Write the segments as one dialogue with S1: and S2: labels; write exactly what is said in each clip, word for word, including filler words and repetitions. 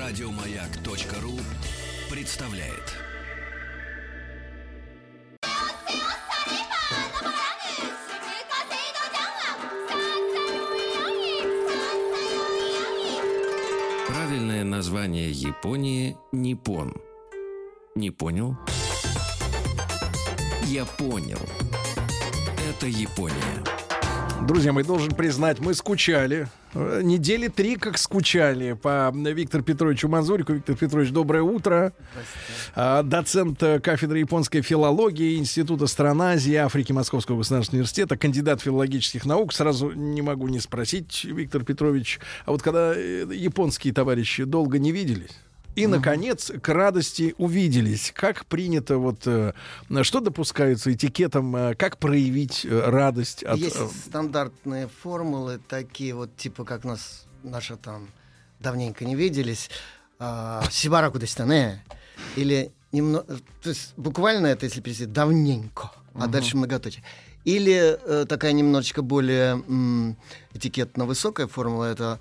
S1: Радиомаяк.ру представляет. Правильное название Японии — Ниппон. Не понял? Я понял. Это Япония.
S2: Друзья мои, должен признать, мы скучали. Недели три как скучали по Виктору Петровичу Мазурику. Виктор Петрович, доброе утро. Доцент кафедры японской филологии Института стран Азии и Африки Московского государственного университета, кандидат филологических наук. Сразу не могу не спросить, Виктор Петрович, а вот когда японские товарищи долго не виделись, и, наконец, к радости увиделись. Как принято, вот, э, что допускается этикетом, э, как проявить э, радость? От,
S3: Есть
S2: э...
S3: стандартные формулы, такие вот, типа, как нас, наши там давненько не виделись. Э, Сибараку дестане. Или немного, то есть буквально это, если перевести, давненько, а uh-huh. дальше многоточие. Или э, такая немножечко более м, этикетно высокая формула, это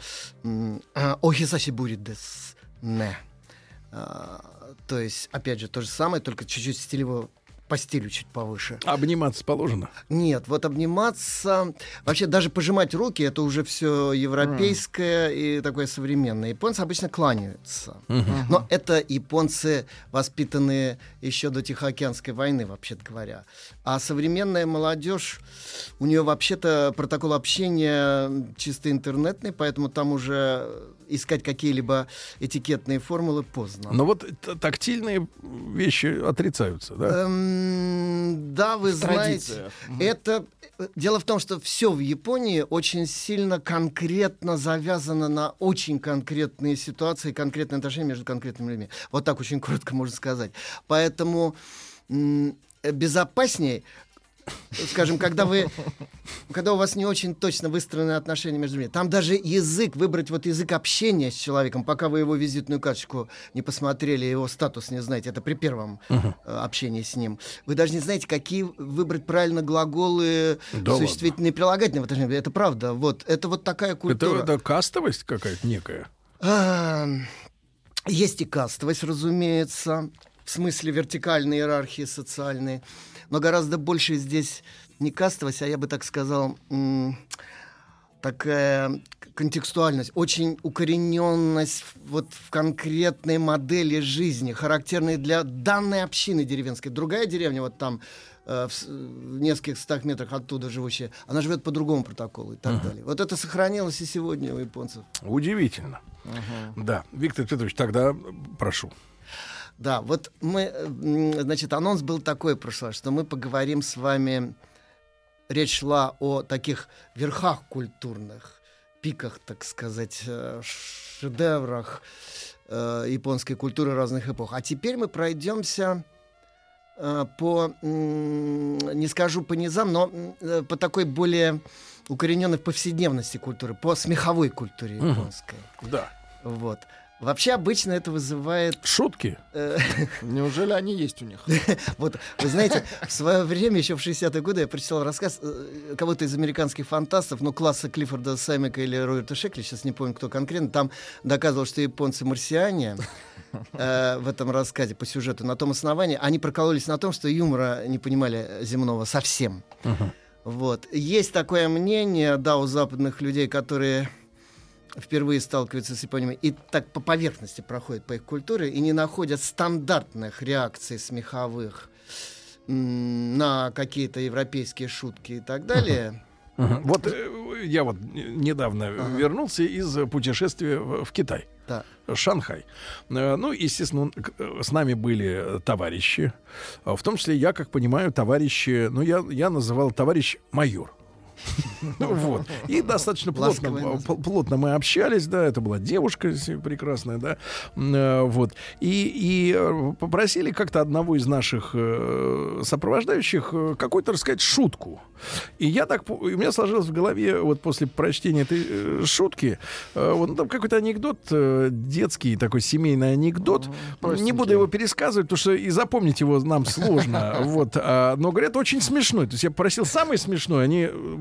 S3: охисасибури дес не. Uh, то есть, опять же, то же самое, только чуть-чуть стилево, по стилю чуть повыше.
S2: Обниматься положено?
S3: Нет, вот обниматься... Вообще даже пожимать руки — это уже все европейское mm. и такое современное. Японцы обычно кланяются. Uh-huh. Но это японцы, воспитанные еще до Тихоокеанской войны, вообще-то говоря. А современная молодежь, у нее вообще-то протокол общения чисто интернетный, поэтому там уже искать какие-либо этикетные формулы поздно.
S2: Но вот тактильные вещи отрицаются, да?
S3: Эм, да, вы знаете, это... Дело в том, что все в Японии очень сильно конкретно завязано на очень конкретные ситуации, конкретные отношения между конкретными людьми. Вот так очень коротко можно сказать. Поэтому м- безопасней, скажем, когда вы, когда у вас не очень точно выстроены отношения между людьми, там даже язык, выбрать вот язык общения с человеком, пока вы его визитную карточку не посмотрели, его статус не знаете, это при первом uh-huh. э, общении с ним, вы даже не знаете, какие выбрать правильно глаголы, да существительные, прилагательные в отношении. Это правда. Вот это вот такая культура.
S2: Это, это кастовость какая-то некая?
S3: А, есть и кастовость, разумеется, в смысле вертикальной иерархии социальной. Но гораздо больше здесь не кастовость, а я бы так сказал, м- такая контекстуальность, очень укорененность вот в конкретной модели жизни, характерной для данной общины деревенской. Другая деревня, вот там э, в, в нескольких стах метрах оттуда живущая, она живет по другому протоколу и так uh-huh. далее. Вот это сохранилось и сегодня у японцев.
S2: Удивительно. Uh-huh. Да, Виктор Петрович, тогда прошу.
S3: Да, вот мы, значит, анонс был такой в прошлый раз, что мы поговорим с вами, речь шла о таких верхах культурных, пиках, так сказать, шедеврах э, японской культуры разных эпох. А теперь мы пройдемся э, по, э, не скажу по низам, но э, по такой более укорененной в повседневности культуры, по смеховой культуре японской.
S2: Mm-hmm. Да.
S3: Вот. Вообще обычно это вызывает...
S2: Шутки?
S4: Неужели они есть у них?
S3: Вот, вы знаете, в свое время, еще в шестидесятые годы, я прочитал рассказ кого-то из американских фантастов, ну, класса Клиффорда Саймека или Роберта Шекли, сейчас не помню, кто конкретно, там доказывал, что японцы марсиане э, в этом рассказе по сюжету. На том основании они прокололись на том, что юмора не понимали земного совсем. Uh-huh. Вот. Есть такое мнение, да, у западных людей, которые... впервые сталкиваются с Японией и так по поверхности проходят по их культуре и не находят стандартных реакций смеховых м- на какие-то европейские шутки и так далее.
S2: Uh-huh. Uh-huh. Вот э, я вот недавно uh-huh. вернулся из путешествия в, в Китай.
S3: Да.
S2: Шанхай. Э, ну, естественно, с нами были товарищи. В том числе, я, как понимаю, товарищи... Ну, я, я называл товарищ майор. Вот. И достаточно плотно, плотно мы общались, да, это была девушка прекрасная, да, вот. И, и попросили как-то одного из наших э, сопровождающих какую-то рассказать шутку. И я так, у меня сложилось в голове вот после прочтения этой э, шутки, э, вот, ну, там какой-то анекдот, э, детский такой семейный анекдот. Mm-hmm. Не буду его пересказывать, потому что и запомнить его нам сложно. Вот, а, но говорят, очень смешной. То есть я попросил самый смешной, они вот не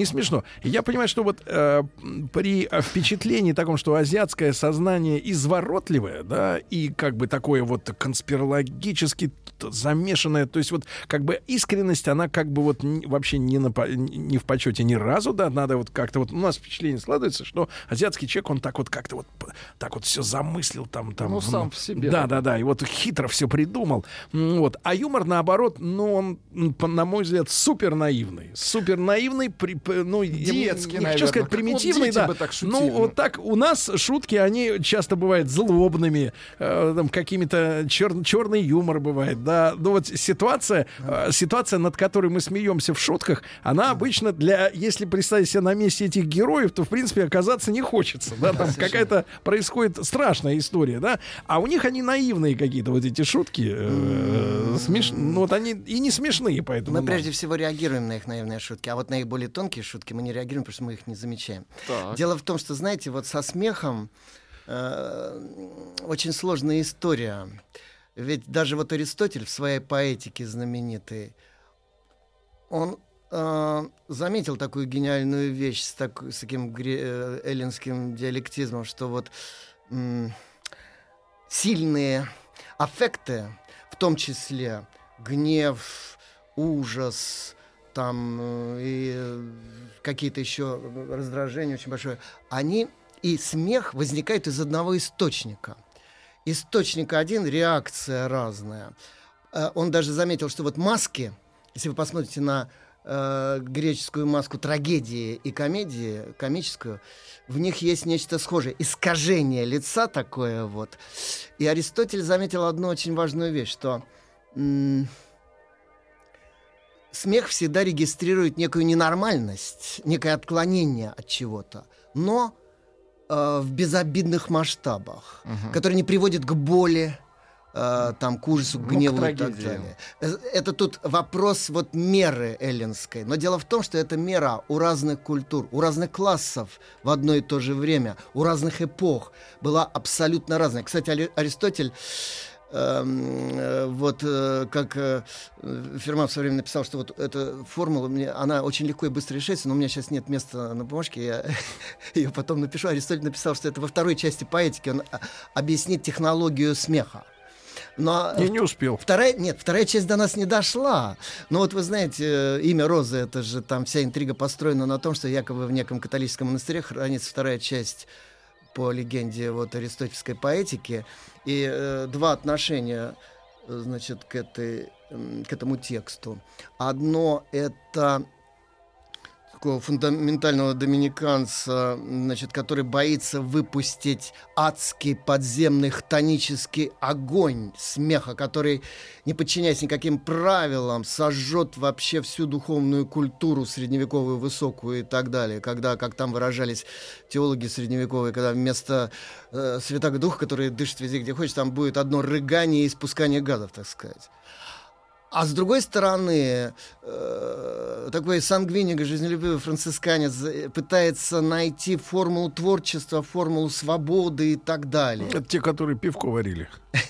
S2: смешно. И я понимаю, что вот э, при впечатлении таком, что азиатское сознание изворотливое, да, и как бы такое вот конспирологически замешанное, то есть вот как бы искренность, она как бы вот н- вообще не, на, не в почете ни разу, да, надо вот как-то вот, у нас впечатление складывается, что азиатский человек, он так вот как-то вот так вот все замыслил там, там.
S4: Ну, сам в себе.
S2: Да, да, да, и вот хитро все придумал. Вот. А юмор, наоборот, ну, он, на мой взгляд, супер наивный. Супер наивный, при, ну,
S4: детский,
S2: не хочу сказать примитивный,
S4: вот
S2: да.
S4: бы так шутили.
S2: Ну, вот так у нас шутки, они часто бывают злобными, э, там, какими-то чер, черный юмор бывает, да. Ну, вот ситуация, э, ситуация, над которой мы смеемся в шутках, она обычно для, если представить себя на месте этих героев, то, в принципе, оказаться не хочется, да, там какая-то происходит страшная история, да, а у них они наивные какие-то вот эти шутки, э, смеш... ну, вот они и не смешные, поэтому...
S3: Мы прежде всего реагируем на их наивные шутки, а вот на их более тонкие шутки мы не реагируем, потому что мы их не замечаем.
S4: Так.
S3: Дело в том, что, знаете, вот со смехом э, очень сложная история. Ведь даже вот Аристотель в своей поэтике знаменитой, он э, заметил такую гениальную вещь с, так, с таким гре- э, эллинским диалектизмом, что вот м- сильные аффекты, в том числе гнев, ужас, там э, и э, какие-то еще раздражения очень большое, они и смех возникают из одного источника. Источник один, реакция разная. Э, он даже заметил, что вот маски, если вы посмотрите на э, греческую маску трагедии и комедии, комическую, в них есть нечто схожее. Искажение лица такое вот. И Аристотель заметил одну очень важную вещь, что м- смех всегда регистрирует некую ненормальность, некое отклонение от чего-то, но э, в безобидных масштабах,
S4: Мгм.
S3: которые не приводят к боли, э, там, к ужасу, к
S4: Ну, к
S3: гневу и так
S4: трагедии.
S3: далее. Э, Это тут вопрос вот меры эллинской. Но дело в том, что эта мера у разных культур, у разных классов в одно и то же время, у разных эпох была абсолютно разная. Кстати, Али- Аристотель эм, э, вот э, как э, Ферма в свое время написал, что вот эта формула, мне, она очень легко и быстро решается, но у меня сейчас нет места на бумажке, я ее потом напишу. Аристотель написал, что это во второй части поэтики, он а, объяснит технологию смеха. Но
S2: Я не успел.
S3: Вторая, нет, вторая часть до нас не дошла. Но вот вы знаете, э, имя Розы, это же там вся интрига построена на том, что якобы в неком католическом монастыре хранится вторая часть по легенде вот аристотельской поэтики. И э, два отношения, э, значит, к, этой, м, к этому тексту. Одно — это такого фундаментального доминиканца, значит, который боится выпустить адский подземный хтонический огонь смеха, который, не подчиняясь никаким правилам, сожжет вообще всю духовную культуру средневековую, высокую и так далее. Когда, как там выражались теологи средневековые, когда вместо э, Святаго Духа, который дышит везде, где хочет, там будет одно рыгание и испускание газов, так сказать. А с другой стороны, э, такой сангвиник, жизнелюбивый францисканец пытается найти формулу творчества, формулу свободы и так далее.
S2: Это те, которые пивко варили.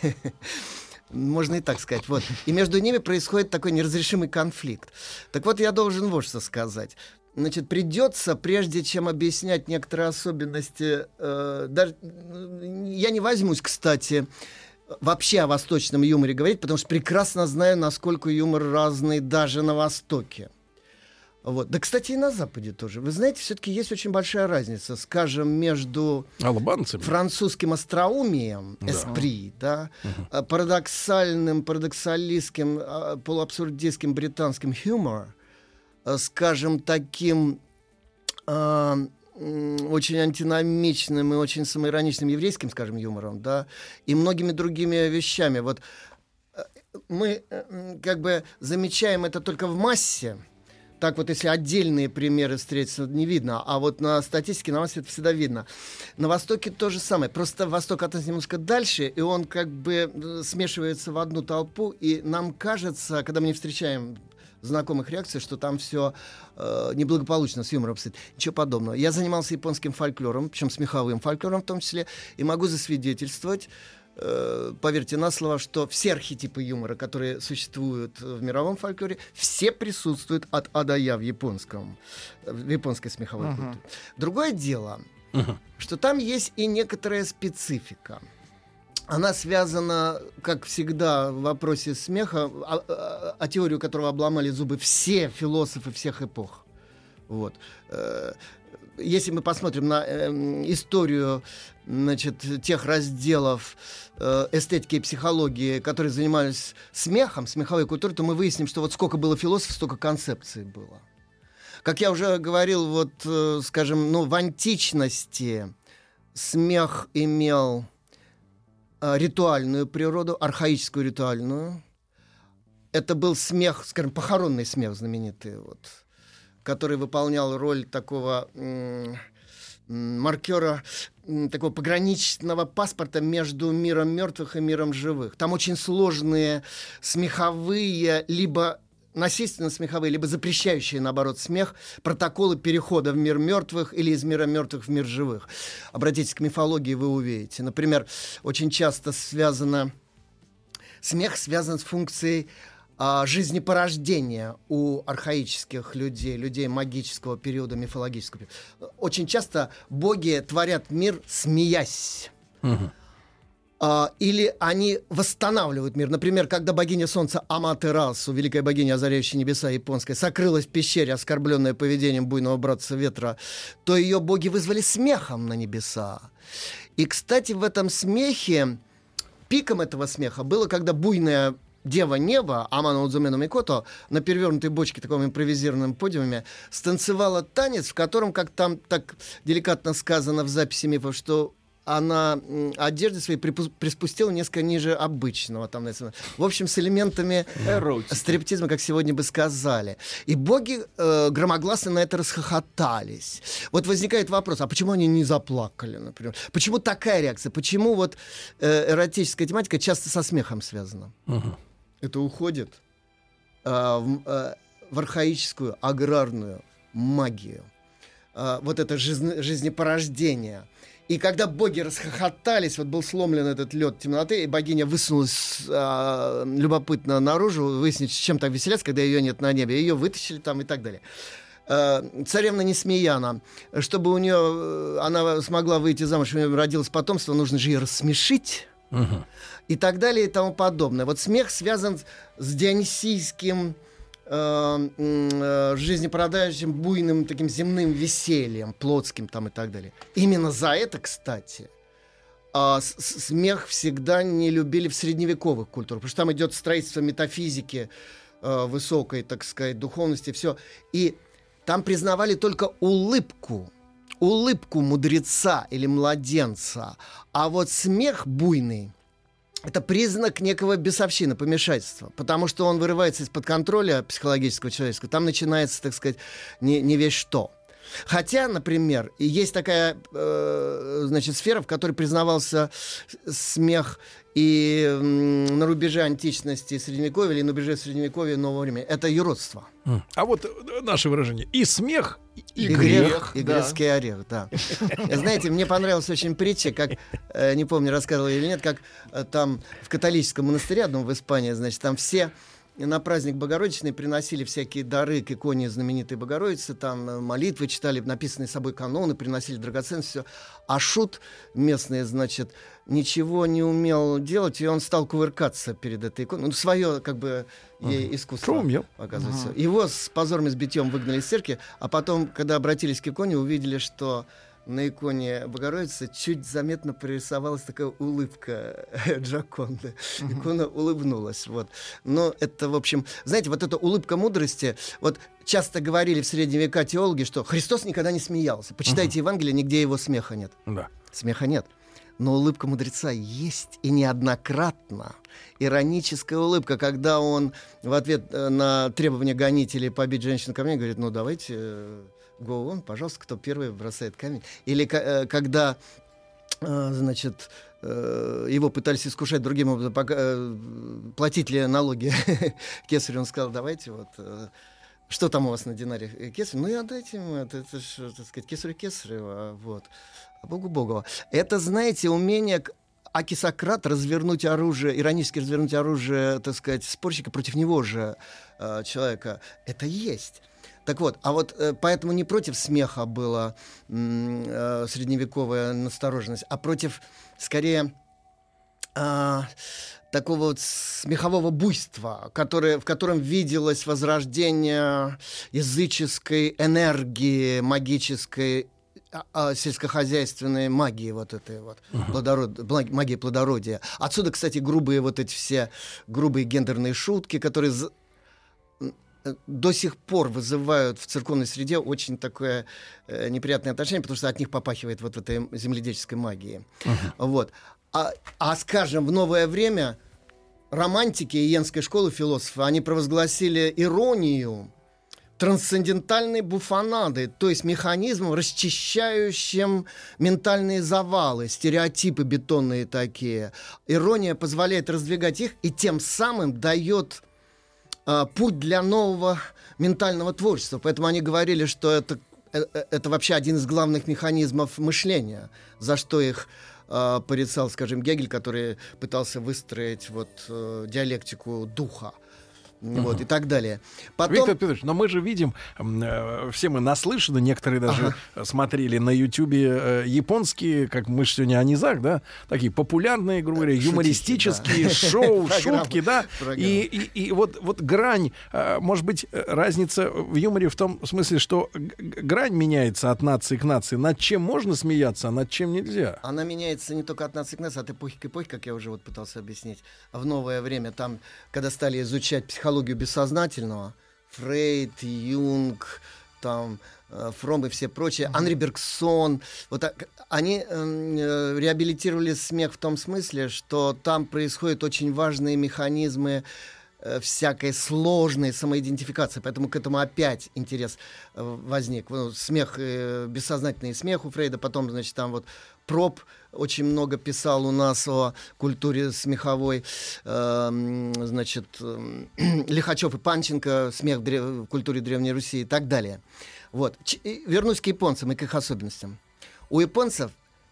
S3: Можно и так сказать. Вот. И между ними происходит такой неразрешимый конфликт. Так вот, я должен вот что сказать. Значит, придется, прежде чем объяснять некоторые особенности, э, даже, я не возьмусь, кстати, вообще о восточном юморе говорить, потому что прекрасно знаю, насколько юмор разный даже на Востоке. Вот. Да, кстати, и на Западе тоже. Вы знаете, все-таки есть очень большая разница, скажем, между
S2: Албанцами.
S3: французским остроумием,
S2: Да.
S3: эспри, да,
S2: Мгм.
S3: парадоксальным, парадоксалистским, а, полуабсурдистским британским юмор, а, скажем, таким а, м, очень антиномичным и очень самоироничным еврейским, скажем, юмором, да, и многими другими вещами. Вот э, мы э, м, как бы замечаем это только в массе. Так вот, если отдельные примеры встретятся, не видно. А вот на статистике на массе это всегда видно. На Востоке то же самое. Просто Восток от нас немножко дальше, и он как бы э, смешивается в одну толпу. И нам кажется, когда мы не встречаем знакомых реакций, что там все э, неблагополучно с юмором обстоит. Ничего подобного. Я занимался японским фольклором, причем смеховым фольклором в том числе, и могу засвидетельствовать, э, поверьте на слово, что все архетипы юмора, которые существуют в мировом фольклоре, все присутствуют от А до Я в японском, в японской смеховой uh-huh. культуре. Другое дело, uh-huh. что там есть и некоторая специфика. Она связана, как всегда, в вопросе смеха, о, о, о теорию которого обломали зубы все философы всех эпох. Вот. Если мы посмотрим на э, историю, значит, тех разделов э, эстетики и психологии, которые занимались смехом, смеховой культурой, то мы выясним, что вот сколько было философов, столько концепций было. Как я уже говорил, вот, э, скажем, ну, в античности смех имел э, ритуальную природу, архаическую ритуальную. Это был смех, скажем, похоронный смех знаменитый, вот, который выполнял роль такого м- м- маркера, м- такого пограничного паспорта между миром мертвых и миром живых. Там очень сложные смеховые, либо насильственно смеховые, либо запрещающие, наоборот, смех, протоколы перехода в мир мертвых или из мира мертвых в мир живых. Обратитесь к мифологии, вы увидите. Например, очень часто связано... Смех связан с функцией жизнепорождения у архаических людей, людей магического периода, мифологического периода. Очень часто боги творят мир, смеясь. Угу. А, или они восстанавливают мир. Например, когда богиня солнца Аматерасу, великая богиня, озаряющая небеса японская, сокрылась в пещере, оскорбленная поведением буйного братца ветра, то ее боги вызвали смехом на небеса. И, кстати, в этом смехе, пиком этого смеха было, когда буйная Дева Неба, Амано Удзумену Микото, на перевернутой бочке, таком импровизированном подиуме, станцевала танец, в котором, как там так деликатно сказано в записи мифов, что она м, одежды свои припу- приспустила несколько ниже обычного. Там, в общем, с элементами эротики, стриптизма, как сегодня бы сказали. И боги э, громогласно на это расхохотались. Вот возникает вопрос, а почему они не заплакали, например? Почему такая реакция? Почему вот э, эротическая тематика часто со смехом связана? Угу. Это уходит э, в, э, в архаическую, аграрную магию. Э, вот это жизнь, жизнепорождение. И когда боги расхохотались, вот был сломлен этот лед темноты, и богиня высунулась э, любопытно наружу, выяснить, чем так веселятся, когда ее нет на небе. Ее вытащили там и так далее. Э, царевна Несмеяна, чтобы у нее, она смогла выйти замуж, у нее родилось потомство, нужно же ее рассмешить. Угу. И так далее и тому подобное. Вот смех связан с дионисийским э, э, жизнепродающим, буйным таким земным весельем, плотским там и так далее. Именно за это, кстати, э, с- смех всегда не любили в средневековых культурах, потому что там идет строительство метафизики, э, высокой, так сказать, духовности, все. И там признавали только улыбку. улыбку мудреца или младенца, а вот смех буйный — это признак некого бесовщины, помешательства, потому что он вырывается из-под контроля психологического, человеческого, там начинается, так сказать, не, не весь что. Хотя, например, есть такая э, значит, сфера, в которой признавался смех и э, на рубеже античности, средневековья, или на рубеже средневековья нового времени. Это юродство.
S2: А вот наше выражение: и смех, и,
S3: и
S2: грех.
S3: грех, и да. Грецкий орех, да. Знаете, мне понравилась очень притча, как, э, не помню, рассказывал или нет, как э, там в католическом монастыре одном в Испании, значит, там все на праздник Богородичный приносили всякие дары к иконе знаменитой Богородицы, там молитвы читали, написанные собой каноны, приносили драгоценности, все. А шут местный, значит, ничего не умел делать, и он стал кувыркаться перед этой иконой. Ну, свое, как бы, ей искусство, оказывается. Uh-huh. Его с позором и с битьем выгнали из церкви, а потом, когда обратились к иконе, увидели, что на иконе Богородицы чуть заметно прорисовалась такая улыбка Джоконды. Uh-huh. Икона улыбнулась. Вот. Но это, в общем... Знаете, вот эта улыбка мудрости... Вот часто говорили в средние века теологи, что Христос никогда не смеялся. Почитайте uh-huh. Евангелие, нигде его смеха нет.
S2: Да.
S3: Смеха нет. Но улыбка мудреца есть, и неоднократно. Ироническая улыбка, когда он в ответ на требования гонителей побить женщину камнем говорит: ну давайте... Go on, пожалуйста, кто первый бросает камень. Или э, когда, э, значит, э, его пытались искушать другим образом, пока, э, платить ли налоги кесарю, он сказал: давайте вот, э, что там у вас на динаре кесарь? Ну и отдайте ему, это, это ж, так сказать, кесарю кесарева, вот, а Богу Богова. Это, знаете, умение Аки Сократ развернуть оружие, иронически развернуть оружие, так сказать, спорщика против него же э, человека, это есть. Так вот, а вот э, поэтому не против смеха была э, средневековая настороженность, а против, скорее, э, такого вот смехового буйства, которое, в котором виделось возрождение языческой энергии, магической, а, сельскохозяйственной магии, вот этой вот, uh-huh. плодород, магии плодородия. Отсюда, кстати, грубые вот эти все грубые гендерные шутки, которые до сих пор вызывают в церковной среде очень такое э, неприятное отношение, потому что от них попахивает вот этой земледельческой магией. Uh-huh. Вот. А, а, скажем, в новое время романтики Иенской школы философов, они провозгласили иронию трансцендентальной буфонады, то есть механизмом, расчищающим ментальные завалы, стереотипы бетонные такие. Ирония позволяет раздвигать их и тем самым дает путь для нового ментального творчества. Поэтому они говорили, что это, это вообще один из главных механизмов мышления, за что их э, порицал, скажем, Гегель, который пытался выстроить вот, э, диалектику духа. Вот, uh-huh. и так далее. Потом...
S2: Виктор Петрович, но мы же видим, э, все мы наслышаны, некоторые даже uh-huh. смотрели на Ютьюбе э, японские, как мы же сегодня о низах, да, такие популярные, грубо говоря, юмористические Шутики, да. шоу, шутки, да, и, и, и вот, вот грань, э, может быть, разница в юморе в том смысле, что г- грань меняется от нации к нации, над чем можно смеяться, а над чем нельзя.
S3: Она меняется не только от нации к нации, от эпохи к эпохе, как я уже вот пытался объяснить, в новое время, там, когда стали изучать психологию, психологию бессознательного, Фрейд, Юнг, там, э, Фром и все прочие, mm-hmm. Анри Бергсон, вот так, они э, реабилитировали смех в том смысле, что там происходят очень важные механизмы э, всякой сложной самоидентификации, поэтому к этому опять интерес э, возник. Ну, смех, э, бессознательный смех у Фрейда, потом, значит, там вот Проб очень много писал у нас о культуре смеховой, э, значит, э, Лихачев и Панченко, смех в, древ... в культуре Древней Руси и так далее. Вот. Ч- вернусь к японцам и к их особенностям. У японцев,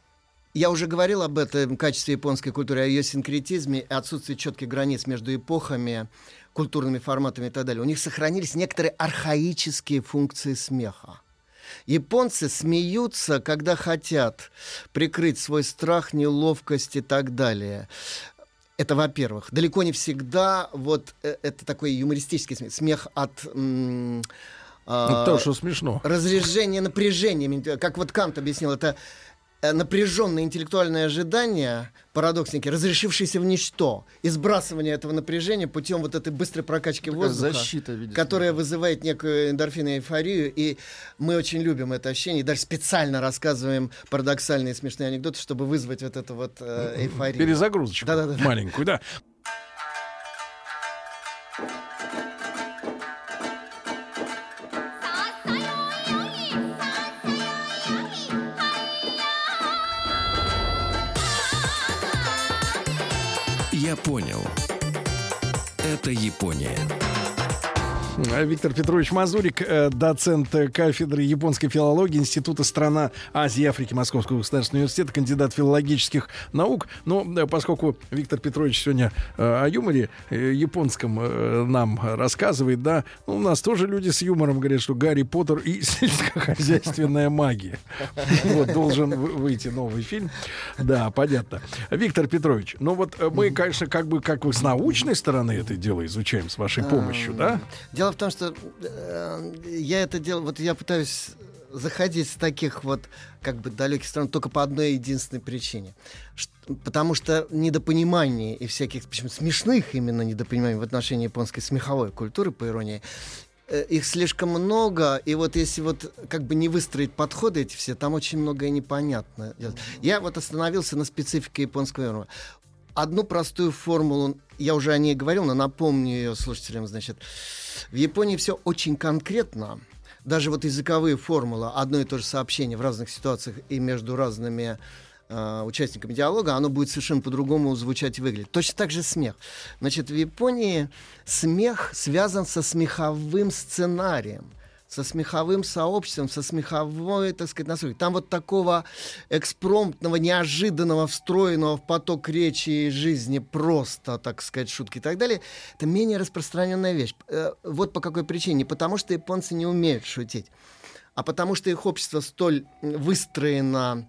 S3: я уже говорил об этом качестве японской культуры, о ее синкретизме и отсутствии четких границ между эпохами, культурными форматами и так далее. У них сохранились некоторые архаические функции смеха. Японцы смеются, когда хотят прикрыть свой страх, неловкость и так далее. Это, во-первых. Далеко не всегда вот э, это такой юмористический смех. Смех от... М-
S2: а, то, что смешно.
S3: Разрежения напряжения. Как вот Кант объяснил, это напряженное интеллектуальное ожидание, парадоксники, разрешившееся в ничто, и сбрасывание этого напряжения путем вот этой быстрой прокачки
S4: такая
S3: воздуха,
S4: защита,
S3: которая вызывает некую эндорфинную эйфорию, и мы очень любим это ощущение, и даже специально рассказываем парадоксальные смешные анекдоты, чтобы вызвать вот эту вот э, эйфорию.
S2: Перезагрузочку
S3: Да-да-да.
S2: маленькую, да.
S1: Я понял. Это Япония.
S2: Виктор Петрович Мазурик, доцент кафедры японской филологии Института страна Азии и Африки Московского государственного университета, кандидат филологических наук. Но поскольку Виктор Петрович сегодня о юморе японском нам рассказывает, да, ну, у нас тоже люди с юмором говорят, что Гарри Поттер и сельскохозяйственная магия. Вот, должен выйти новый фильм. Да, понятно. Виктор Петрович, ну вот мы, конечно, как бы как вы с научной стороны это дело изучаем с вашей помощью, да?
S3: Дело в том, что э, я это делаю, вот я пытаюсь заходить с таких вот как бы далеких стран только по одной единственной причине. Ш- потому что недопониманий и всяких, почему смешных именно недопониманий в отношении японской смеховой культуры, по иронии, э, их слишком много, и вот если вот как бы не выстроить подходы эти все, там очень многое непонятно. Я вот остановился на специфике японского юмора. Одну простую формулу, я уже о ней говорил, но напомню ее слушателям, значит, в Японии все очень конкретно, даже вот языковые формулы, одно и то же сообщение в разных ситуациях и между разными э, участниками диалога, оно будет совершенно по-другому звучать и выглядеть. Точно так же смех. Значит, в Японии смех связан со смеховым сценарием, со смеховым сообществом, со смеховой, так сказать, настройкой. Там вот такого экспромтного, неожиданного, встроенного в поток речи и жизни просто, так сказать, шутки и так далее, это менее распространенная вещь. Вот по какой причине. Не потому, что японцы не умеют шутить, а потому, что их общество столь выстроено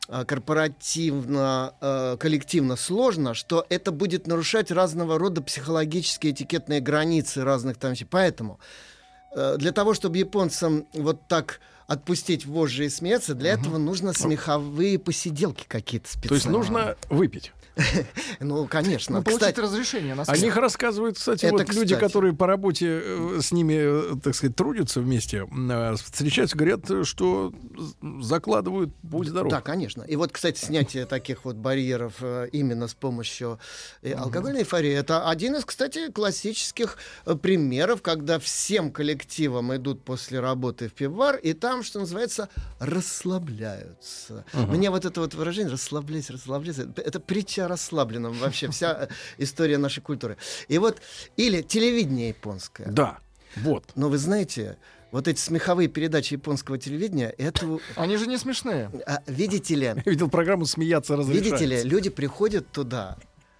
S3: корпоративно, коллективно сложно, что это будет нарушать разного рода психологические этикетные границы разных там вещей. Поэтому для того, чтобы японцам вот так отпустить вожжи и смеяться, для угу. этого нужно смеховые посиделки какие-то специальные.
S2: То есть нужно выпить.
S3: Ну, конечно.
S4: Ну, получить разрешение на смех.
S2: О них рассказывают, кстати,
S3: Это,
S2: вот
S3: кстати.
S2: люди, которые по работе э, с ними, так сказать, трудятся вместе, э, встречаются, говорят, что закладывают «будь здоров».
S3: Да, конечно. И вот, кстати, снятие таких вот барьеров э, именно с помощью э, алкогольной эйфории, это один из, кстати, классических э, примеров, когда всем коллективом идут после работы в пивбар, и там, что называется, расслабляются. Uh-huh. Мне вот это вот выражение «расслабляйся, расслабляйся» — это притча о расслабленном вообще, вся история нашей культуры. И вот, или телевидение японское.
S2: Да, вот.
S3: Но вы знаете, вот эти смеховые передачи японского телевидения, это...
S4: Они же не смешные.
S3: А, видите ли...
S2: Я видел программу «Смеяться разрешается».
S3: Видите ли, люди приходят туда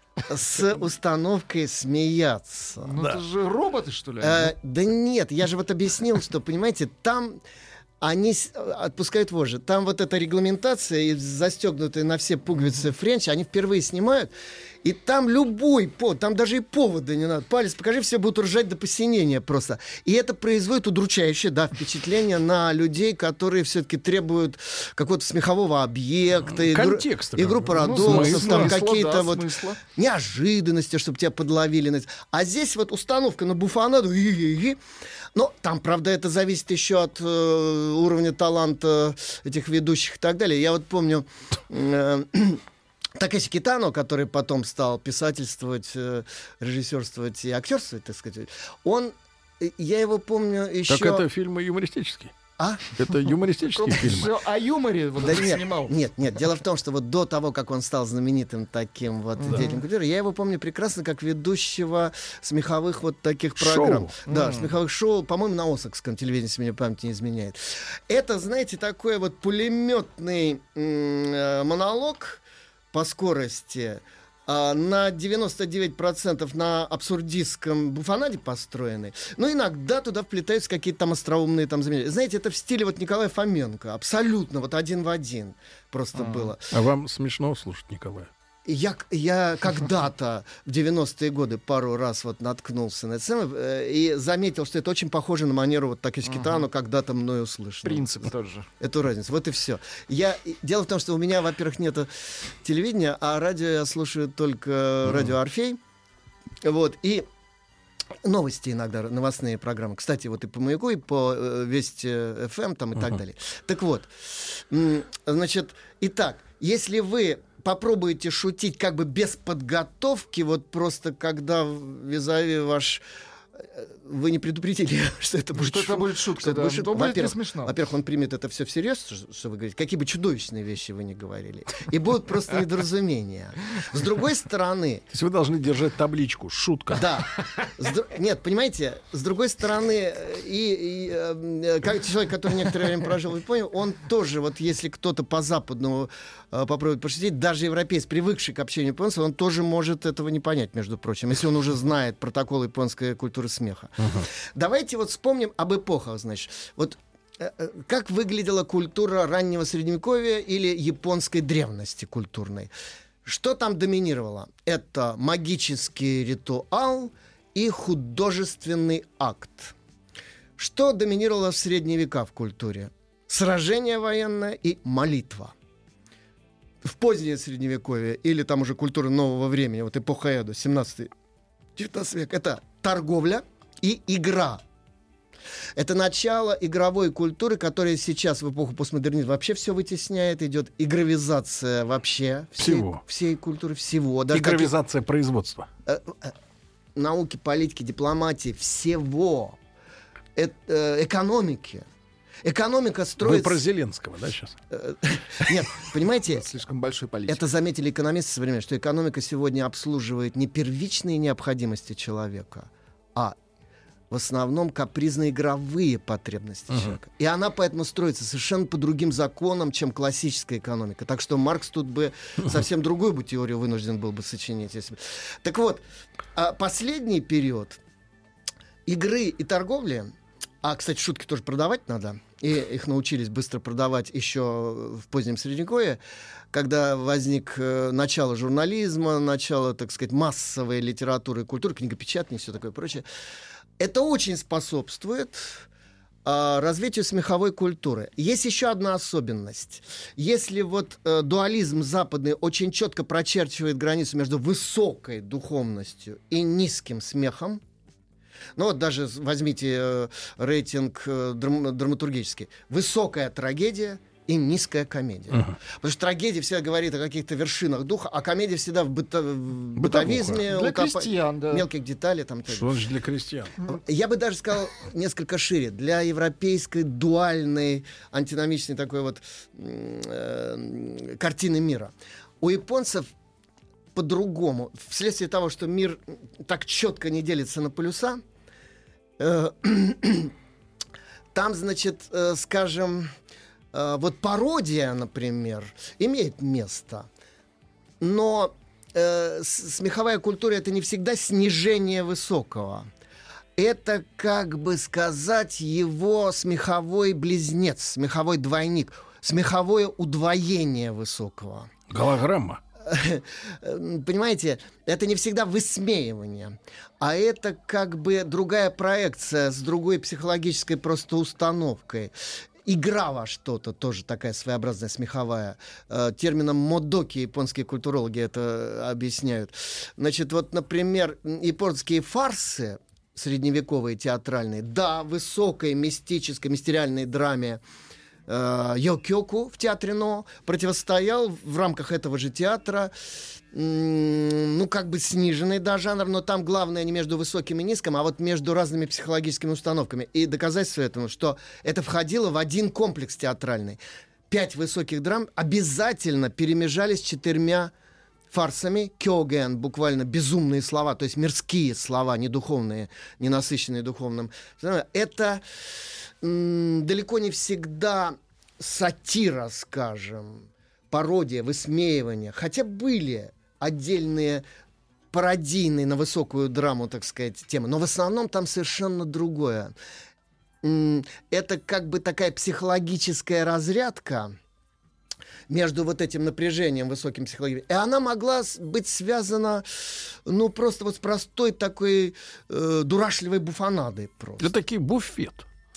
S3: с установкой смеяться.
S4: Ну
S2: Да.
S4: это же роботы, что ли?
S3: А, да нет, я же вот объяснил, что, понимаете, там... Они с- отпускают вожжи. Там вот эта регламентация и застегнутые на все пуговицы френч, они впервые снимают. И там любой повод, там даже и повода не надо. Палец покажи, все будут ржать до посинения просто. И это производит удручающее, да, впечатление на людей, которые все-таки требуют какого-то смехового объекта, игру,
S2: Контекста,
S3: игру
S2: ну,
S3: парадоксов,
S4: смысла,
S3: там
S4: смысла,
S3: какие-то
S4: да,
S3: вот
S4: смысла.
S3: неожиданности, чтобы тебя подловили. на- А здесь вот установка на буфанаду. И-и-и. Но там, правда, это зависит еще от э, уровня таланта этих ведущих и так далее. Я вот помню... Э, Такэси Китано, который потом стал писательствовать, э, режиссерствовать и актерствовать, так сказать, он, э, я его помню еще...
S2: Так это фильмы юмористические.
S3: А?
S2: Это юмористические фильмы.
S4: Все о юморе вот
S3: Да
S4: он
S3: нет,
S4: снимал.
S3: нет, нет. Дело в том, что вот до того, как он стал знаменитым таким вот
S2: Да.
S3: деятелем культуры, я его помню прекрасно как ведущего смеховых вот таких
S2: Шоу.
S3: программ. Да,
S4: М.
S3: смеховых шоу, по-моему, на Осакском телевидении, если мне память не изменяет. Это, знаете, такой вот пулеметный м, э, монолог по скорости, а, на девяносто девять процентов на абсурдистском буфанаде построенный. Но иногда туда вплетаются какие-то там остроумные там замечания. Знаете, это в стиле вот Николая Фоменко. Абсолютно, вот один в один просто
S4: А.
S3: было.
S2: А вам смешно слушать Николая?
S3: Я, я когда-то в девяностые годы пару раз вот наткнулся на это самое, э, и заметил, что это очень похоже на манеру вот Такэси Китано, когда-то мною услышано.
S4: Принцип тот же.
S3: Эту разницу. Вот и все. Я... и Дело в том, что у меня, во-первых, нет телевидения, а радио я слушаю только
S2: Мгм.
S3: радио Орфей. Вот. И новости иногда, новостные программы. Кстати, вот и по «Маяку», и по э, Вести эф эм там и так
S2: Мгм.
S3: далее. Так вот, м, значит, итак, если вы попробуете шутить как бы без подготовки, вот просто когда визави ваш... э, Вы не предупредили, что это будет
S4: Что это
S3: шутка.
S4: будет шутка,
S3: Что это
S4: да.
S3: будет шутка.
S4: То будет не
S3: Во-первых,
S4: смешно.
S3: Во-первых, он примет это все всерьез, что, что вы говорите, какие бы чудовищные вещи вы ни говорили. И будут просто недоразумения. С другой стороны,
S2: То есть вы должны держать табличку «Шутка».
S3: да. С дру- Нет, понимаете, с другой стороны, э, и, и, э, как человек, который некоторое время прожил в Японии, он тоже, вот если кто-то по-западному э, попробует пошутить, даже европеец, привыкший к общению японцев, он тоже может этого не понять, между прочим, если он уже знает протокол японской культуры смеха. Давайте вот вспомним об эпохах, значит. Вот э, э, как выглядела культура раннего средневековья или японской древности культурной. Что там доминировало? Это магический ритуал и художественный акт. Что доминировало в средние века в культуре? Сражение военное и молитва. В позднее средневековье или там уже культура нового времени, вот эпоха Эдо, семнадцатый-девятнадцатый век, это торговля и игра. Это начало игровой культуры, которая сейчас в эпоху постмодернизма вообще все вытесняет. Идет игровизация вообще всей,
S2: Всего.
S3: всей культуры, всего. Даже
S2: Игровизация производства.
S3: таких, э, э, науки, политики, дипломатии, всего. Э, э, экономики. Экономика
S2: Вы
S3: строится...
S2: про Зеленского, да, сейчас?
S3: Э, Нет, понимаете,
S4: Слишком большой политик.
S3: это заметили экономисты современные, что экономика сегодня обслуживает не первичные необходимости человека, а в основном капризно-игровые потребности uh-huh. человека. И она поэтому строится совершенно по другим законам, чем классическая экономика. Так что Маркс тут бы uh-huh. совсем другую бы теорию вынужден был бы сочинить. Если... Так вот, последний период игры и торговли, а, кстати, шутки тоже продавать надо, и их научились быстро продавать еще в позднем Средневековье, когда возник э, начало журнализма, начало, так сказать, массовой литературы и культуры, книгопечатания и все такое прочее. Это очень способствует э, развитию смеховой культуры. Есть еще одна особенность. Если вот э, дуализм западный очень четко прочерчивает границу между высокой духовностью и низким смехом, ну вот даже возьмите э, рейтинг э, драм- драматургический. Высокая трагедия и низкая комедия. Uh-huh. Потому что трагедия всегда говорит о каких-то вершинах духа, а комедия всегда в, быто- в бытовизме,
S4: для
S3: утопа-
S4: крестьян, да.
S3: мелких деталей. Там,
S2: что значит для крестьян?
S3: Я бы даже сказал несколько шире. Для европейской дуальной, антиномичной такой вот э, картины мира. У японцев по-другому. Вследствие того, что мир так четко не делится на полюса, э, там, значит, э, скажем... Вот пародия, например, имеет место, но э, смеховая культура — это не всегда снижение высокого. Это, как бы сказать, его смеховой близнец, смеховой двойник, смеховое удвоение высокого.
S2: Голограмма.
S3: Понимаете, это не всегда высмеивание, а это как бы другая проекция с другой психологической просто установкой. Игра во что-то, тоже такая своеобразная, смеховая. Э, термином модоки японские культурологи это объясняют. Значит, вот, например, японские фарсы, средневековые театральные, да, высокой мистической, мистериальной драме э, Йокёку в театре Но противостоял в рамках этого же театра ну, как бы сниженный, да, жанр, но там главное не между высоким и низким, а вот между разными психологическими установками. И доказательство этому, что это входило в один комплекс театральный. Пять высоких драм обязательно перемежались четырьмя фарсами. Кёген, буквально безумные слова, то есть мирские слова, не духовные, не насыщенные духовным. Это м- далеко не всегда сатира, скажем, пародия, высмеивание. Хотя были отдельные пародийные на высокую драму, так сказать, темы. Но в основном там совершенно другое. Это как бы такая психологическая разрядка между вот этим напряжением высоким психологическим. И она могла быть связана, ну, просто вот с простой такой э, дурашливой буфонадой. Просто.
S2: Это такой буфет.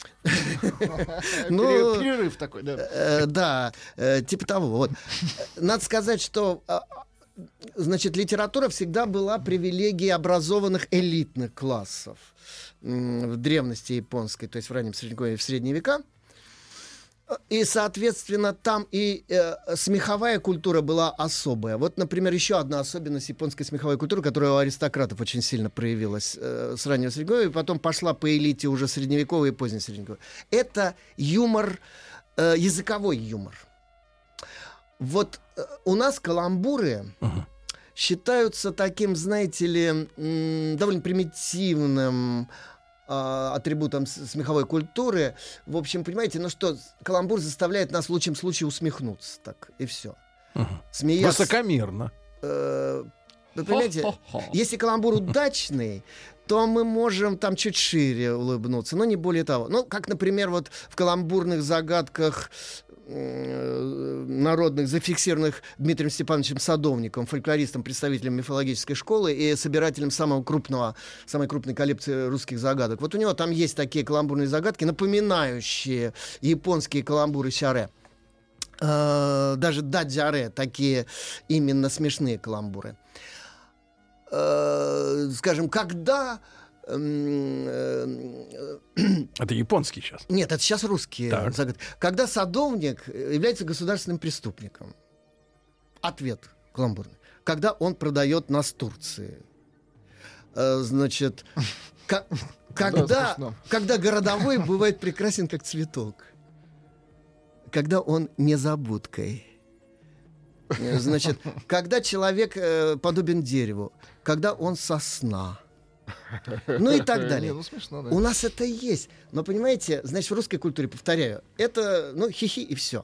S3: Ну,
S4: перерыв такой, да.
S3: Э, да, э, типа того. Вот. Надо сказать, что э, значит, литература всегда была привилегией образованных элитных классов э, в древности японской, то есть в раннем Средневековье, в средние века. И, соответственно, там и э, смеховая культура была особая. Вот, например, еще одна особенность японской смеховой культуры, которая у аристократов очень сильно проявилась э, с раннего Средневековья, и потом пошла по элите уже средневековой и поздней Средневековья. Это юмор, э, языковой юмор. Вот э, у нас каламбуры uh-huh. считаются таким, знаете ли, м- довольно примитивным атрибутом смеховой культуры. В общем, понимаете, ну что, каламбур заставляет нас в лучшем случае усмехнуться. Так, и все.
S2: Угу.
S3: Смеясь...
S2: Высокомерно.
S3: Э, вы понимаете, если каламбур удачный, то мы можем там чуть шире улыбнуться, но не более того. Ну, как, например, вот в каламбурных загадках народных, зафиксированных Дмитрием Степановичем Садовником, фольклористом, представителем мифологической школы и собирателем самого крупного, самой крупной коллекции русских загадок. Вот у него там есть такие каламбурные загадки, напоминающие японские каламбуры сяре. Э, даже дадзяре, такие именно смешные каламбуры. Э, скажем, когда...
S2: Это японский сейчас.
S3: Нет, это сейчас русские так. загадки. Когда садовник является государственным преступником. Ответ каламбурный. Когда он продает настурции. Значит, к- когда, когда городовой бывает прекрасен, как цветок. Когда он незабудкой. Значит, когда человек подобен дереву. Когда он сосна. Ну и так далее.
S4: Не, ну, смешно, да.
S3: У нас это есть. Но, понимаете, значит, в русской культуре, повторяю, это, ну, хихи и все.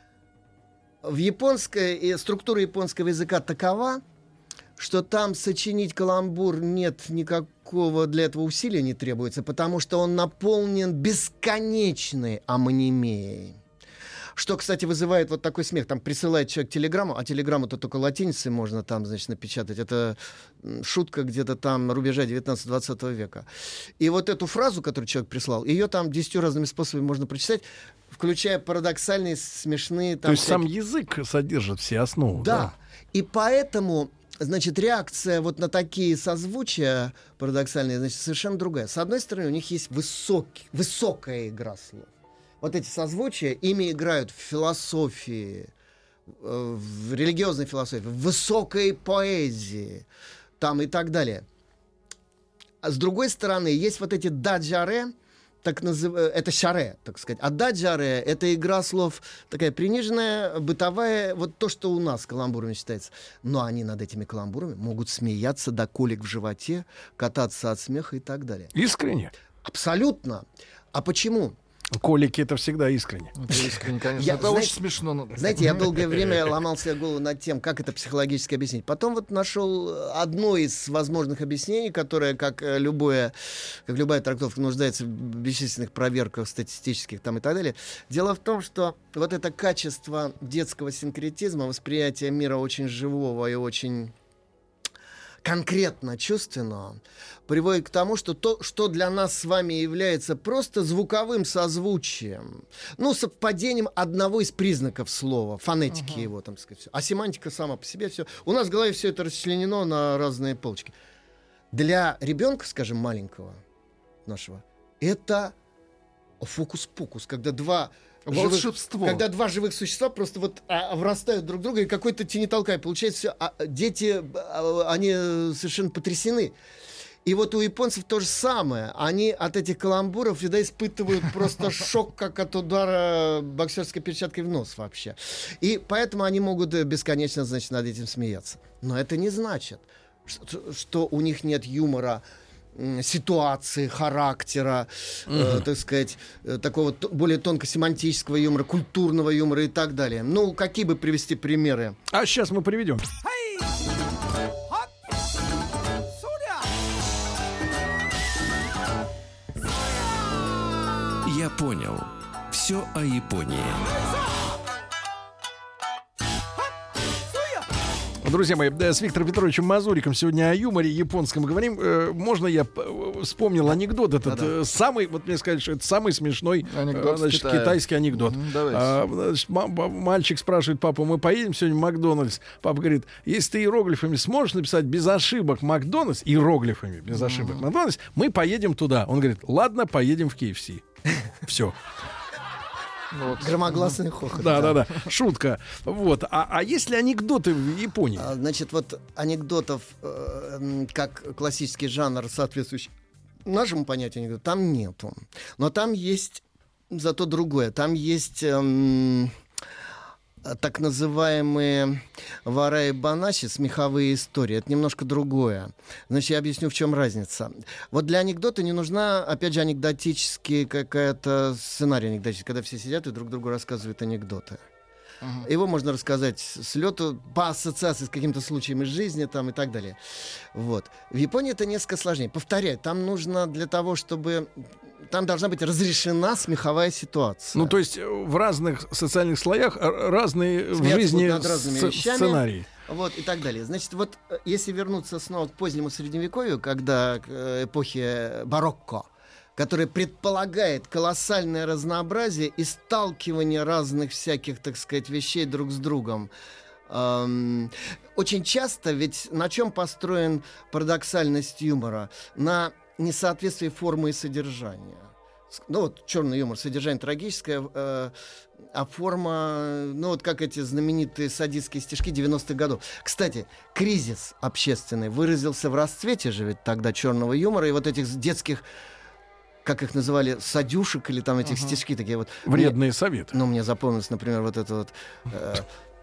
S3: В японской, и структура японского языка такова, что там сочинить каламбур нет никакого для этого усилия не требуется, потому что он наполнен бесконечной амонимией. Что, кстати, вызывает вот такой смех. Там присылает человек телеграмму, а телеграмму-то только латиницей можно там, значит, напечатать. Это шутка где-то там на рубеже девятнадцатого-двадцатого века. И вот эту фразу, которую человек прислал, ее там десятью разными способами можно прочитать, включая парадоксальные, смешные... Там,
S2: То есть
S3: всякие...
S2: сам язык содержит все основы.
S3: Да.
S2: Да.
S3: И поэтому... Значит, реакция вот на такие созвучия парадоксальные, значит, совершенно другая. С одной стороны, у них есть высокий, высокая игра слов. Вот эти созвучия, ими играют в философии, в религиозной философии, в высокой поэзии, там и так далее. А с другой стороны, есть вот эти даджаре, так назыв... это шаре, так сказать. А даджаре — это игра слов такая приниженная, бытовая, вот то, что у нас каламбурами считается. Но они над этими каламбурами могут смеяться до колик в животе, кататься от смеха и так далее.
S2: Искренне.
S3: Абсолютно. А почему?
S2: Колики — это всегда искренне.
S4: Это искренне, конечно.
S3: Я,
S4: это
S3: знаете,
S4: очень смешно. Но...
S3: Знаете, я долгое время ломал себе голову над тем, как это психологически объяснить. Потом вот нашел одно из возможных объяснений, которое, как любое, как любая трактовка, нуждается в бесчисленных проверках статистических там и так далее. Дело в том, что вот это качество детского синкретизма, восприятия мира очень живого и очень конкретно чувственного, приводит к тому, что то, что для нас с вами является просто звуковым созвучием, ну, совпадением одного из признаков слова, фонетики uh-huh. его, там сказать, все. А семантика сама по себе все. У нас в голове все это расчленено на разные полочки. Для ребенка, скажем, маленького нашего, это фокус-покус, когда два
S4: волшебство.
S3: Живых, когда два живых существа просто вот а, врастают друг в друга, и какой-то тяни-толкай. Получается, а, дети, а, они совершенно потрясены. И вот у японцев то же самое. Они от этих каламбуров всегда испытывают просто шок, как от удара боксерской перчаткой в нос вообще. И поэтому они могут бесконечно, значит, над этим смеяться. Но это не значит, что, что у них нет юмора, ситуации, характера, mm-hmm. э, так сказать, э, такого т- более тонко-семантического юмора, культурного юмора и так далее. Ну, какие бы привести примеры?
S2: А сейчас мы приведем.
S1: Я понял. Все о Японии.
S2: Друзья мои, с Виктором Петровичем Мазуриком сегодня о юморе японском говорим. Э, можно я вспомнил анекдот этот?
S3: Да-да.
S2: Самый, вот мне сказали, что это самый смешной
S4: анекдот
S2: значит, китайский анекдот.
S4: Mm-hmm,
S2: а, значит, м- мальчик спрашивает папу: мы поедем сегодня в Макдональдс? Папа говорит: если ты иероглифами сможешь написать без ошибок Макдональдс, иероглифами без mm-hmm. ошибок Макдональдс, мы поедем туда. Он говорит: ладно, поедем в кей эф си. Все.
S3: Вот. Громогласный хохот.
S2: Да, да, да. Шутка. Вот. А, а есть ли анекдоты в Японии?
S3: А, значит, вот анекдотов, э, как классический жанр, соответствующий нашему понятию анекдота, там нету. Но там есть зато другое. Там есть эм, так называемые вара и банаши, смеховые истории. Это немножко другое. Значит, я объясню, в чем разница. Вот для анекдота не нужна, опять же, анекдотический какая-то сценарий анекдотический, когда все сидят и друг другу рассказывают анекдоты. Uh-huh. Его можно рассказать с лету, по ассоциации с каким-то случаем из жизни там, и так далее. Вот. В Японии это несколько сложнее. Повторяю, там нужно для того, чтобы... Там должна быть разрешена смеховая ситуация.
S2: Ну, то есть в разных социальных слоях разные
S3: Смеяться
S2: в жизни
S3: над разными
S2: с-
S3: вещами.
S2: сценарии.
S3: Вот, и так далее. Значит, вот если вернуться снова к позднему Средневековью, когда к эпохе барокко, которая предполагает колоссальное разнообразие и сталкивание разных всяких, так сказать, вещей друг с другом. Эм, очень часто ведь на чем построен парадоксальность юмора? На несоответствии формы и содержания. Ну вот черный юмор, содержание трагическое, э, а форма, ну вот как эти знаменитые садистские стишки девяностых годов. Кстати, кризис общественный выразился в расцвете же ведь тогда черного юмора и вот этих детских, как их называли, садюшек или там этих uh-huh. стишки такие вот.
S2: Вредные
S3: мне,
S2: советы.
S3: Ну, мне запомнилось, например, вот это вот... Э,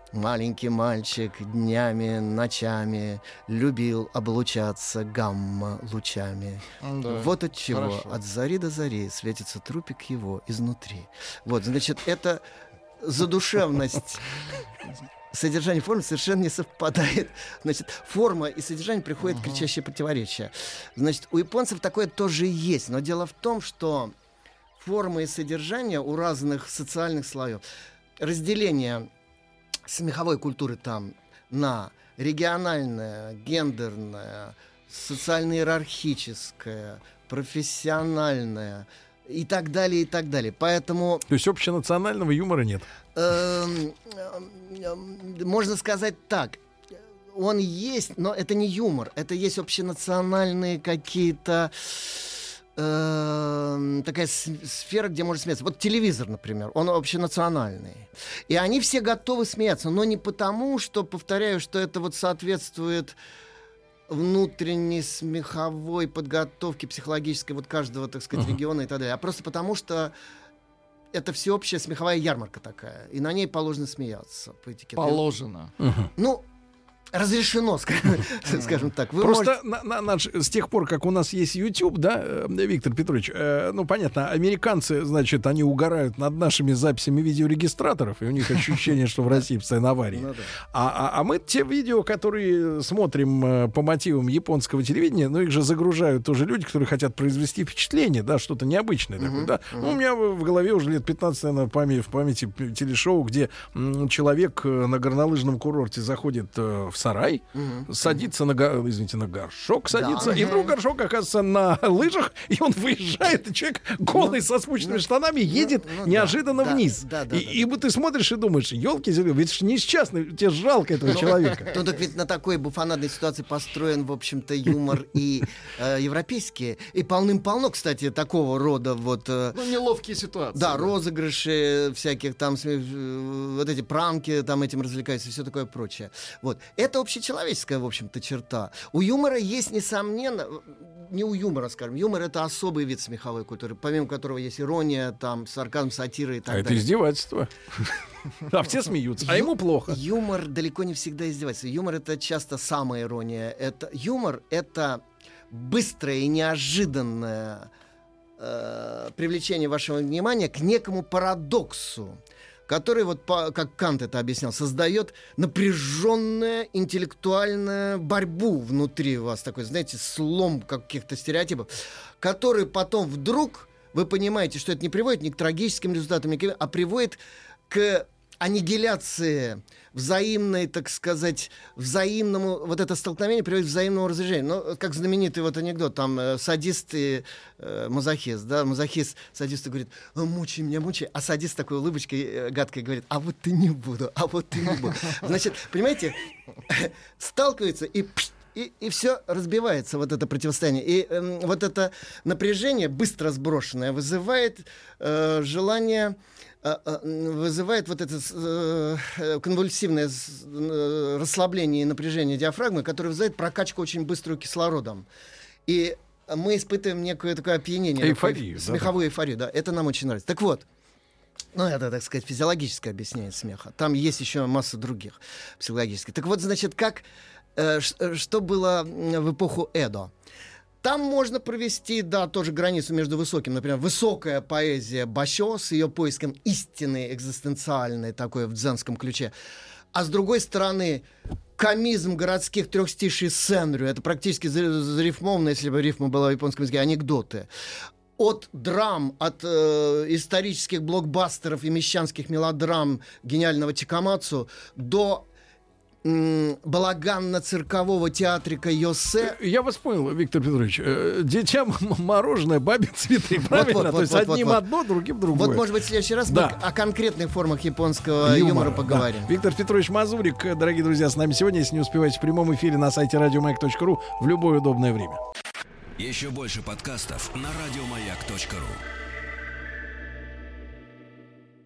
S3: Маленький мальчик днями, ночами любил облучаться гамма-лучами.
S4: Да,
S3: вот от чего
S4: хорошо.
S3: От зари до зари светится трупик его изнутри. Вот, значит, это задушевность содержания формы совершенно не совпадает. Значит, форма и содержание приходят uh-huh. кричащие противоречия. Значит, у японцев такое тоже есть, но дело в том, что форма и содержание у разных социальных слоев, разделение смеховой культуры там на региональное, гендерное, социально-иерархическое, профессиональное и так далее, и так далее. Поэтому...
S2: То есть общенационального юмора нет?
S3: Можно сказать так. Он есть, но это не юмор. Это есть общенациональные какие-то... такая сфера, где можно смеяться. Вот телевизор, например, он общенациональный. И они все готовы смеяться, но не потому, что, повторяю, что это вот соответствует внутренней смеховой подготовке психологической вот каждого, так сказать, uh-huh. региона и так далее, а просто потому, что это всеобщая смеховая ярмарка такая, и на ней положено смеяться. По этикету.
S4: Положено.
S3: Uh-huh. Ну, разрешено, скажем, скажем так. Вы
S2: Просто
S3: можете...
S2: на, на, на, с тех пор, как у нас есть YouTube, да, Виктор Петрович, э, ну, понятно, американцы, значит, они угорают над нашими записями видеорегистраторов, и у них ощущение, что в России постоянно аварии.
S3: Ну, да.
S2: а, а, а мы те видео, которые смотрим э, по мотивам японского телевидения, ну, их же загружают тоже люди, которые хотят произвести впечатление, да, что-то необычное uh-huh, такое, да. Uh-huh. Ну, у меня в голове уже лет пятнадцать, наверное, память, в памяти телешоу, где м, человек на горнолыжном курорте заходит э, в сарай, uh-huh. садится на, извините, на горшок, садится, да, и вдруг горшок оказывается на лыжах, и он выезжает, и человек голый, ну, со спущенными ну, штанами едет ну, ну, неожиданно да, вниз. Да, да, и, да, и да. ты смотришь и думаешь, елки зеленые, ведь ж несчастный, тебе жалко этого человека.
S3: Ну так ведь на такой буфонадной ситуации построен, в общем-то, юмор и европейский, и полным-полно, кстати, такого рода вот...
S4: Ну, неловкие ситуации.
S3: Да, розыгрыши всяких там, вот эти пранки, там этим развлекаются, и все такое прочее. Вот. Это общечеловеческое. Человеческая, в общем-то, черта. У юмора есть, несомненно, не у юмора, скажем, юмор — это особый вид смеховой культуры, помимо которого есть ирония, там, сарказм, сатира и так
S2: а
S3: далее.
S2: Это издевательство. А все смеются, а ему плохо.
S3: Юмор далеко не всегда издевательство. Юмор — это часто самоирония. Это юмор — это быстрое и неожиданное э, привлечение вашего внимания к некому парадоксу, который, вот, по, как Кант это объяснял, создает напряженную интеллектуальную борьбу внутри вас, такой, знаете, слом каких-то стереотипов, который потом вдруг, вы понимаете, что это не приводит ни к трагическим результатам, а приводит к аннигиляции взаимной, так сказать, взаимному, вот это столкновение приводит к взаимному разрежению. Ну, как знаменитый вот анекдот, там, э, садист и э, мазохист, да, мазохист садисту говорит, мучай меня, мучай, а садист такой улыбочкой э, гадкой говорит, а вот ты не буду, а вот ты не буду. Значит, понимаете, сталкиваются и... И, и все разбивается, вот это противостояние. И э, вот это напряжение, быстро сброшенное, вызывает э, желание, э, э, вызывает вот это э, конвульсивное э, расслабление и напряжение диафрагмы, которое вызывает прокачку очень быструю кислородом. И мы испытываем некое такое опьянение.
S2: Эйфорию.
S3: Такое, смеховую эйфорию, да. Это нам очень нравится. Так вот, ну, это, так сказать, физиологическое объяснение смеха. Там есть еще масса других психологических. Так вот, значит, как... Что было в эпоху Эдо? Там можно провести, да, тоже границу между высоким, например, высокая поэзия Басё с ее поиском истины экзистенциальной, такой в дзенском ключе. А с другой стороны, комизм городских трехстиший сэнрю. Это практически зарифмовано, если бы рифма была в японском языке, анекдоты. От драм, от э, исторических блокбастеров и мещанских мелодрам гениального Чикамацу до балаганно-циркового театрика Йосе.
S2: Я вас понял, Виктор Петрович. Э, детям мороженое, бабе цветы, правильно? Вот, вот, То есть вот, одним вот, одно, другим другое.
S3: Вот, может быть, в следующий раз да. мы о конкретных формах японского юмора, юмора поговорим.
S2: Да. Виктор Петрович Мазурик, дорогие друзья, с нами сегодня. Если не успеваете, в прямом эфире на сайте радиомаяк точка ру в любое удобное время.
S1: Еще больше подкастов на радиомаяк точка ру.